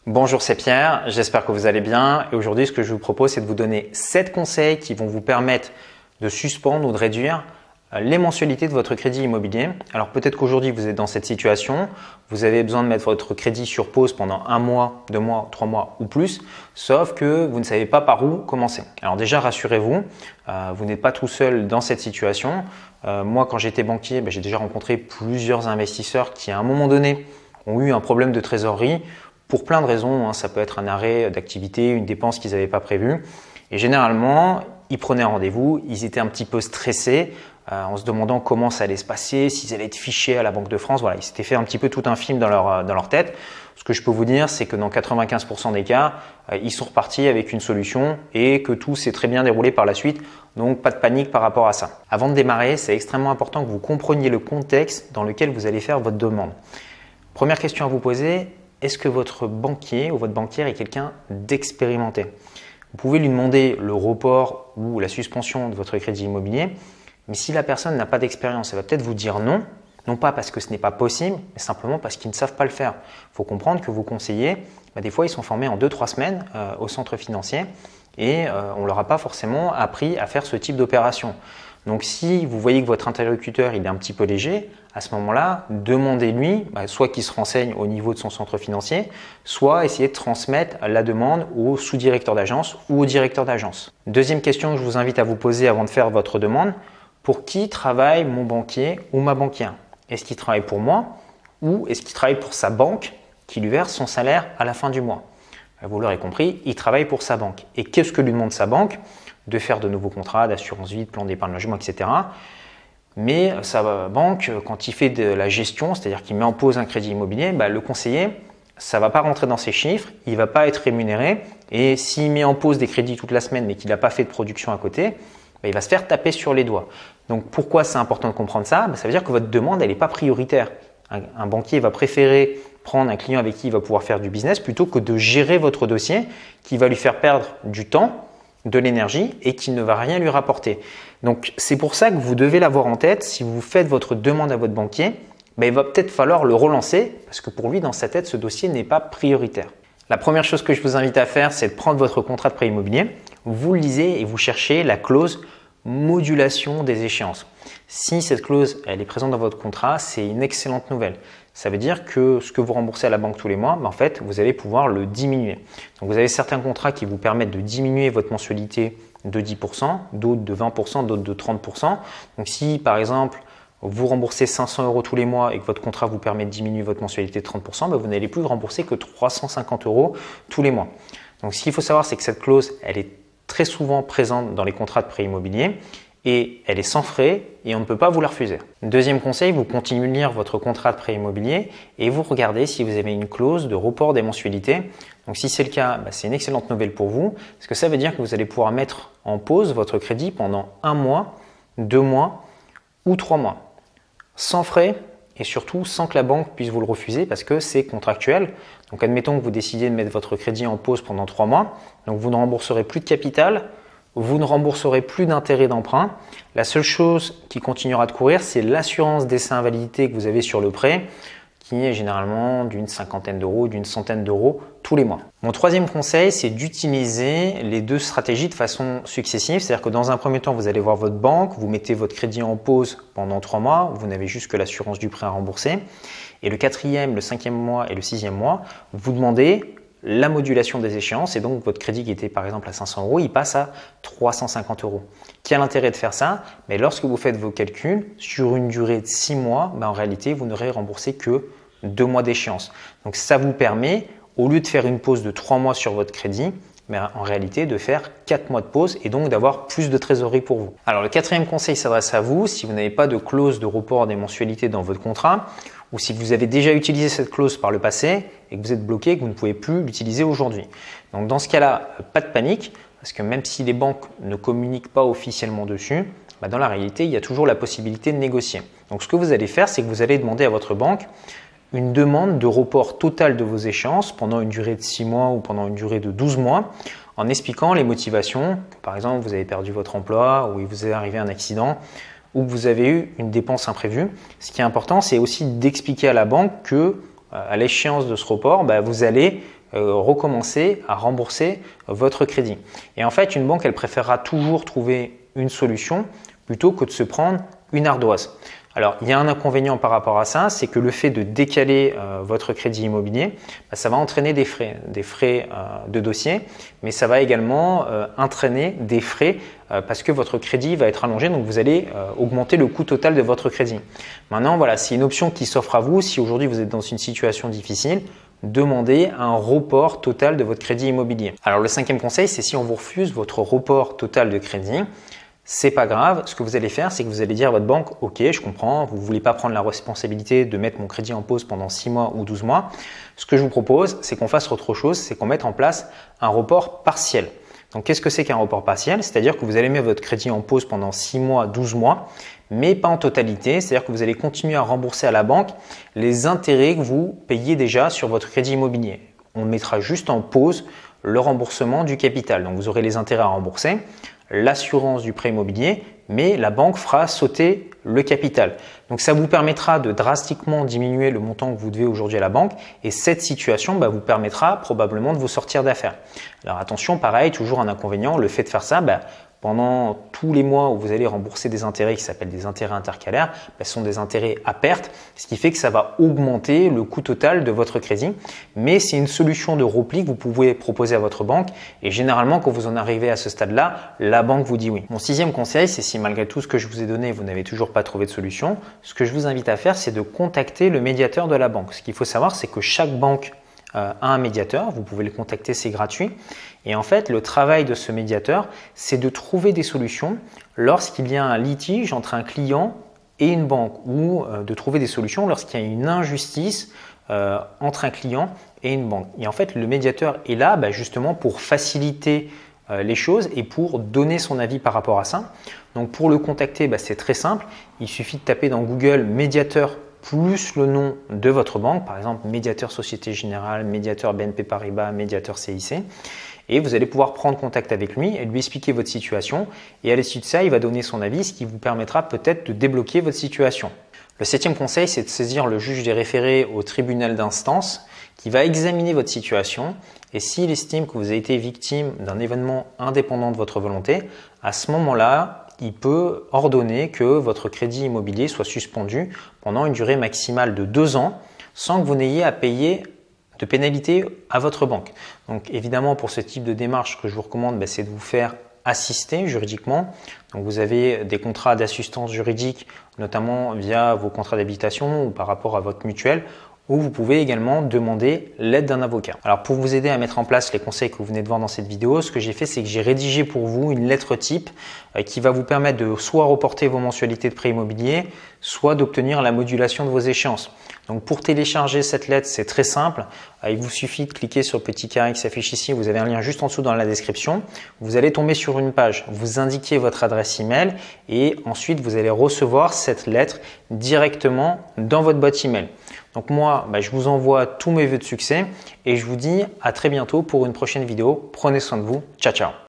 Bonjour, c'est Pierre, j'espère que vous allez bien et aujourd'hui ce que je vous propose c'est de vous donner 7 conseils qui vont vous permettre de suspendre ou de réduire les mensualités de votre crédit immobilier. Alors peut-être qu'aujourd'hui vous êtes dans cette situation, vous avez besoin de mettre votre crédit sur pause pendant 1 mois, 2 mois, 3 mois ou plus, sauf que vous ne savez pas par où commencer. Alors déjà rassurez-vous, vous n'êtes pas tout seul dans cette situation. Moi quand j'étais banquier, j'ai déjà rencontré plusieurs investisseurs qui à un moment donné ont eu un problème de trésorerie pour plein de raisons. Ça peut être un arrêt d'activité, une dépense qu'ils n'avaient pas prévue. Et généralement, ils prenaient un rendez-vous, ils étaient un petit peu stressés en se demandant comment ça allait se passer, s'ils allaient être fichés à la Banque de France. Voilà, ils s'étaient fait un petit peu tout un film dans leur tête. Ce que je peux vous dire, c'est que dans 95% des cas, ils sont repartis avec une solution et que tout s'est très bien déroulé par la suite. Donc, pas de panique par rapport à ça. Avant de démarrer, c'est extrêmement important que vous compreniez le contexte dans lequel vous allez faire votre demande. Première question à vous poser, est-ce que votre banquier ou votre banquière est quelqu'un d'expérimenté? Vous pouvez lui demander le report ou la suspension de votre crédit immobilier, mais si la personne n'a pas d'expérience, elle va peut-être vous dire non, non pas parce que ce n'est pas possible, mais simplement parce qu'ils ne savent pas le faire. Il faut comprendre que vos conseillers, des fois, ils sont formés en 2-3 semaines au centre financier et on ne leur a pas forcément appris à faire ce type d'opération. Donc, si vous voyez que votre interlocuteur il est un petit peu léger, à ce moment-là, demandez-lui soit qu'il se renseigne au niveau de son centre financier, soit essayer de transmettre la demande au sous-directeur d'agence ou au directeur d'agence. Deuxième question que je vous invite à vous poser avant de faire votre demande, pour qui travaille mon banquier ou ma banquière? Est-ce qu'il travaille pour moi ou est-ce qu'il travaille pour sa banque qui lui verse son salaire à la fin du mois? Vous l'aurez compris, il travaille pour sa banque. Et qu'est-ce que lui demande sa banque? De faire de nouveaux contrats d'assurance vie, de plan d'épargne logement, etc. Mais sa banque, quand il fait de la gestion, c'est-à-dire qu'il met en pause un crédit immobilier, le conseiller, ça ne va pas rentrer dans ses chiffres, il ne va pas être rémunéré. Et s'il met en pause des crédits toute la semaine mais qu'il n'a pas fait de production à côté, il va se faire taper sur les doigts. Donc pourquoi c'est important de comprendre ça? Ça veut dire que votre demande, elle n'est pas prioritaire. Un banquier va préférer prendre un client avec qui il va pouvoir faire du business plutôt que de gérer votre dossier qui va lui faire perdre du temps, de l'énergie et qui ne va rien lui rapporter. Donc, c'est pour ça que vous devez l'avoir en tête. Si vous faites votre demande à votre banquier, il va peut-être falloir le relancer parce que pour lui, dans sa tête, ce dossier n'est pas prioritaire. La première chose que je vous invite à faire, c'est de prendre votre contrat de prêt immobilier. Vous le lisez et vous cherchez la clause modulation des échéances. Si cette clause elle est présente dans votre contrat, c'est une excellente nouvelle. Ça veut dire que ce que vous remboursez à la banque tous les mois, en fait, vous allez pouvoir le diminuer. Donc, vous avez certains contrats qui vous permettent de diminuer votre mensualité de 10%, d'autres de 20%, d'autres de 30%. Donc, si par exemple, vous remboursez 500 € tous les mois et que votre contrat vous permet de diminuer votre mensualité de 30%, vous n'allez plus rembourser que 350 € tous les mois. Donc, ce qu'il faut savoir, c'est que cette clause, elle est très souvent présente dans les contrats de prêt immobilier et elle est sans frais et on ne peut pas vous la refuser. Deuxième conseil, vous continuez de lire votre contrat de prêt immobilier et vous regardez si vous avez une clause de report des mensualités. Donc si c'est le cas, c'est une excellente nouvelle pour vous parce que ça veut dire que vous allez pouvoir mettre en pause votre crédit pendant 1 mois, 2 mois ou 3 mois. Sans frais et surtout sans que la banque puisse vous le refuser parce que c'est contractuel. Donc admettons que vous décidez de mettre votre crédit en pause pendant 3 mois, donc vous ne rembourserez plus de capital, vous ne rembourserez plus d'intérêt d'emprunt. La seule chose qui continuera de courir, c'est l'assurance décès-invalidité que vous avez sur le prêt, qui est généralement d'une 50aine d'euros, d'une 100aine d'euros tous les mois. Mon troisième conseil, c'est d'utiliser les deux stratégies de façon successive. C'est-à-dire que dans un premier temps, vous allez voir votre banque, vous mettez votre crédit en pause pendant 3 mois, vous n'avez juste que l'assurance du prêt à rembourser. Et le 4e, le 5e mois et le 6e mois, vous demandez la modulation des échéances et donc votre crédit qui était par exemple à 500 €, il passe à 350 €. Quel intérêt de faire ça? Mais lorsque vous faites vos calculs, sur une durée de 6 mois, en réalité, vous n'aurez remboursé que 2 mois d'échéance. Donc ça vous permet, au lieu de faire une pause de 3 mois sur votre crédit, en réalité de faire 4 mois de pause et donc d'avoir plus de trésorerie pour vous. Alors le 4e conseil s'adresse à vous si vous n'avez pas de clause de report des mensualités dans votre contrat ou si vous avez déjà utilisé cette clause par le passé et que vous êtes bloqué et que vous ne pouvez plus l'utiliser aujourd'hui. Donc dans ce cas-là, pas de panique parce que même si les banques ne communiquent pas officiellement dessus, dans la réalité, il y a toujours la possibilité de négocier. Donc ce que vous allez faire, c'est que vous allez demander à votre banque une demande de report total de vos échéances pendant une durée de 6 mois ou pendant une durée de 12 mois en expliquant les motivations, que par exemple vous avez perdu votre emploi ou il vous est arrivé un accident ou que vous avez eu une dépense imprévue. Ce qui est important, c'est aussi d'expliquer à la banque que à l'échéance de ce report, vous allez recommencer à rembourser votre crédit. Et en fait, une banque, elle préférera toujours trouver une solution plutôt que de se prendre une ardoise. Alors, il y a un inconvénient par rapport à ça, c'est que le fait de décaler votre crédit immobilier, ça va entraîner des frais de dossier, mais ça va également entraîner des frais parce que votre crédit va être allongé, donc vous allez augmenter le coût total de votre crédit. Maintenant, voilà, c'est une option qui s'offre à vous. Si aujourd'hui vous êtes dans une situation difficile, demandez un report total de votre crédit immobilier. Alors, le cinquième conseil, c'est si on vous refuse votre report total de crédit, c'est pas grave. Ce que vous allez faire, c'est que vous allez dire à votre banque, ok, je comprends, vous ne voulez pas prendre la responsabilité de mettre mon crédit en pause pendant 6 mois ou 12 mois. Ce que je vous propose, c'est qu'on fasse autre chose, c'est qu'on mette en place un report partiel. Donc, qu'est-ce que c'est qu'un report partiel? C'est-à-dire que vous allez mettre votre crédit en pause pendant 6 mois, 12 mois, mais pas en totalité. C'est-à-dire que vous allez continuer à rembourser à la banque les intérêts que vous payez déjà sur votre crédit immobilier. On mettra juste en pause le remboursement du capital. Donc, vous aurez les intérêts à rembourser, l'assurance du prêt immobilier, mais la banque fera sauter le capital. Donc, ça vous permettra de drastiquement diminuer le montant que vous devez aujourd'hui à la banque et cette situation vous permettra probablement de vous sortir d'affaires. Alors, attention, pareil, toujours un inconvénient, le fait de faire ça, pendant tous les mois où vous allez rembourser des intérêts qui s'appellent des intérêts intercalaires, ce sont des intérêts à perte, ce qui fait que ça va augmenter le coût total de votre crédit. Mais c'est une solution de repli que vous pouvez proposer à votre banque et généralement quand vous en arrivez à ce stade-là, la banque vous dit oui. Mon sixième conseil, c'est si malgré tout ce que je vous ai donné, vous n'avez toujours pas trouvé de solution, ce que je vous invite à faire, c'est de contacter le médiateur de la banque. Ce qu'il faut savoir, c'est que chaque banque a un médiateur, vous pouvez le contacter, c'est gratuit. Et en fait, le travail de ce médiateur, c'est de trouver des solutions lorsqu'il y a un litige entre un client et une banque ou de trouver des solutions lorsqu'il y a une injustice entre un client et une banque. Et en fait, le médiateur est là justement pour faciliter les choses et pour donner son avis par rapport à ça. Donc pour le contacter, c'est très simple. Il suffit de taper dans Google médiateur plus le nom de votre banque, par exemple médiateur Société Générale, médiateur BNP Paribas, médiateur CIC. Et vous allez pouvoir prendre contact avec lui et lui expliquer votre situation. Et à l'issue de ça, il va donner son avis, ce qui vous permettra peut-être de débloquer votre situation. Le septième conseil, c'est de saisir le juge des référés au tribunal d'instance qui va examiner votre situation. Et s'il estime que vous avez été victime d'un événement indépendant de votre volonté, à ce moment-là, il peut ordonner que votre crédit immobilier soit suspendu pendant une durée maximale de 2 ans sans que vous n'ayez à payer de pénalité à votre banque. Donc évidemment, pour ce type de démarche, ce que je vous recommande, c'est de vous faire assister juridiquement. Donc vous avez des contrats d'assistance juridique, notamment via vos contrats d'habitation ou par rapport à votre mutuelle, où vous pouvez également demander l'aide d'un avocat. Alors pour vous aider à mettre en place les conseils que vous venez de voir dans cette vidéo, ce que j'ai fait, c'est que j'ai rédigé pour vous une lettre type qui va vous permettre de soit reporter vos mensualités de prêt immobilier, soit d'obtenir la modulation de vos échéances. Donc pour télécharger cette lettre, c'est très simple. Il vous suffit de cliquer sur le petit carré qui s'affiche ici. Vous avez un lien juste en dessous dans la description. Vous allez tomber sur une page. Vous indiquez votre adresse email et ensuite vous allez recevoir cette lettre directement dans votre boîte email. Donc moi, je vous envoie tous mes vœux de succès et je vous dis à très bientôt pour une prochaine vidéo. Prenez soin de vous. Ciao, ciao.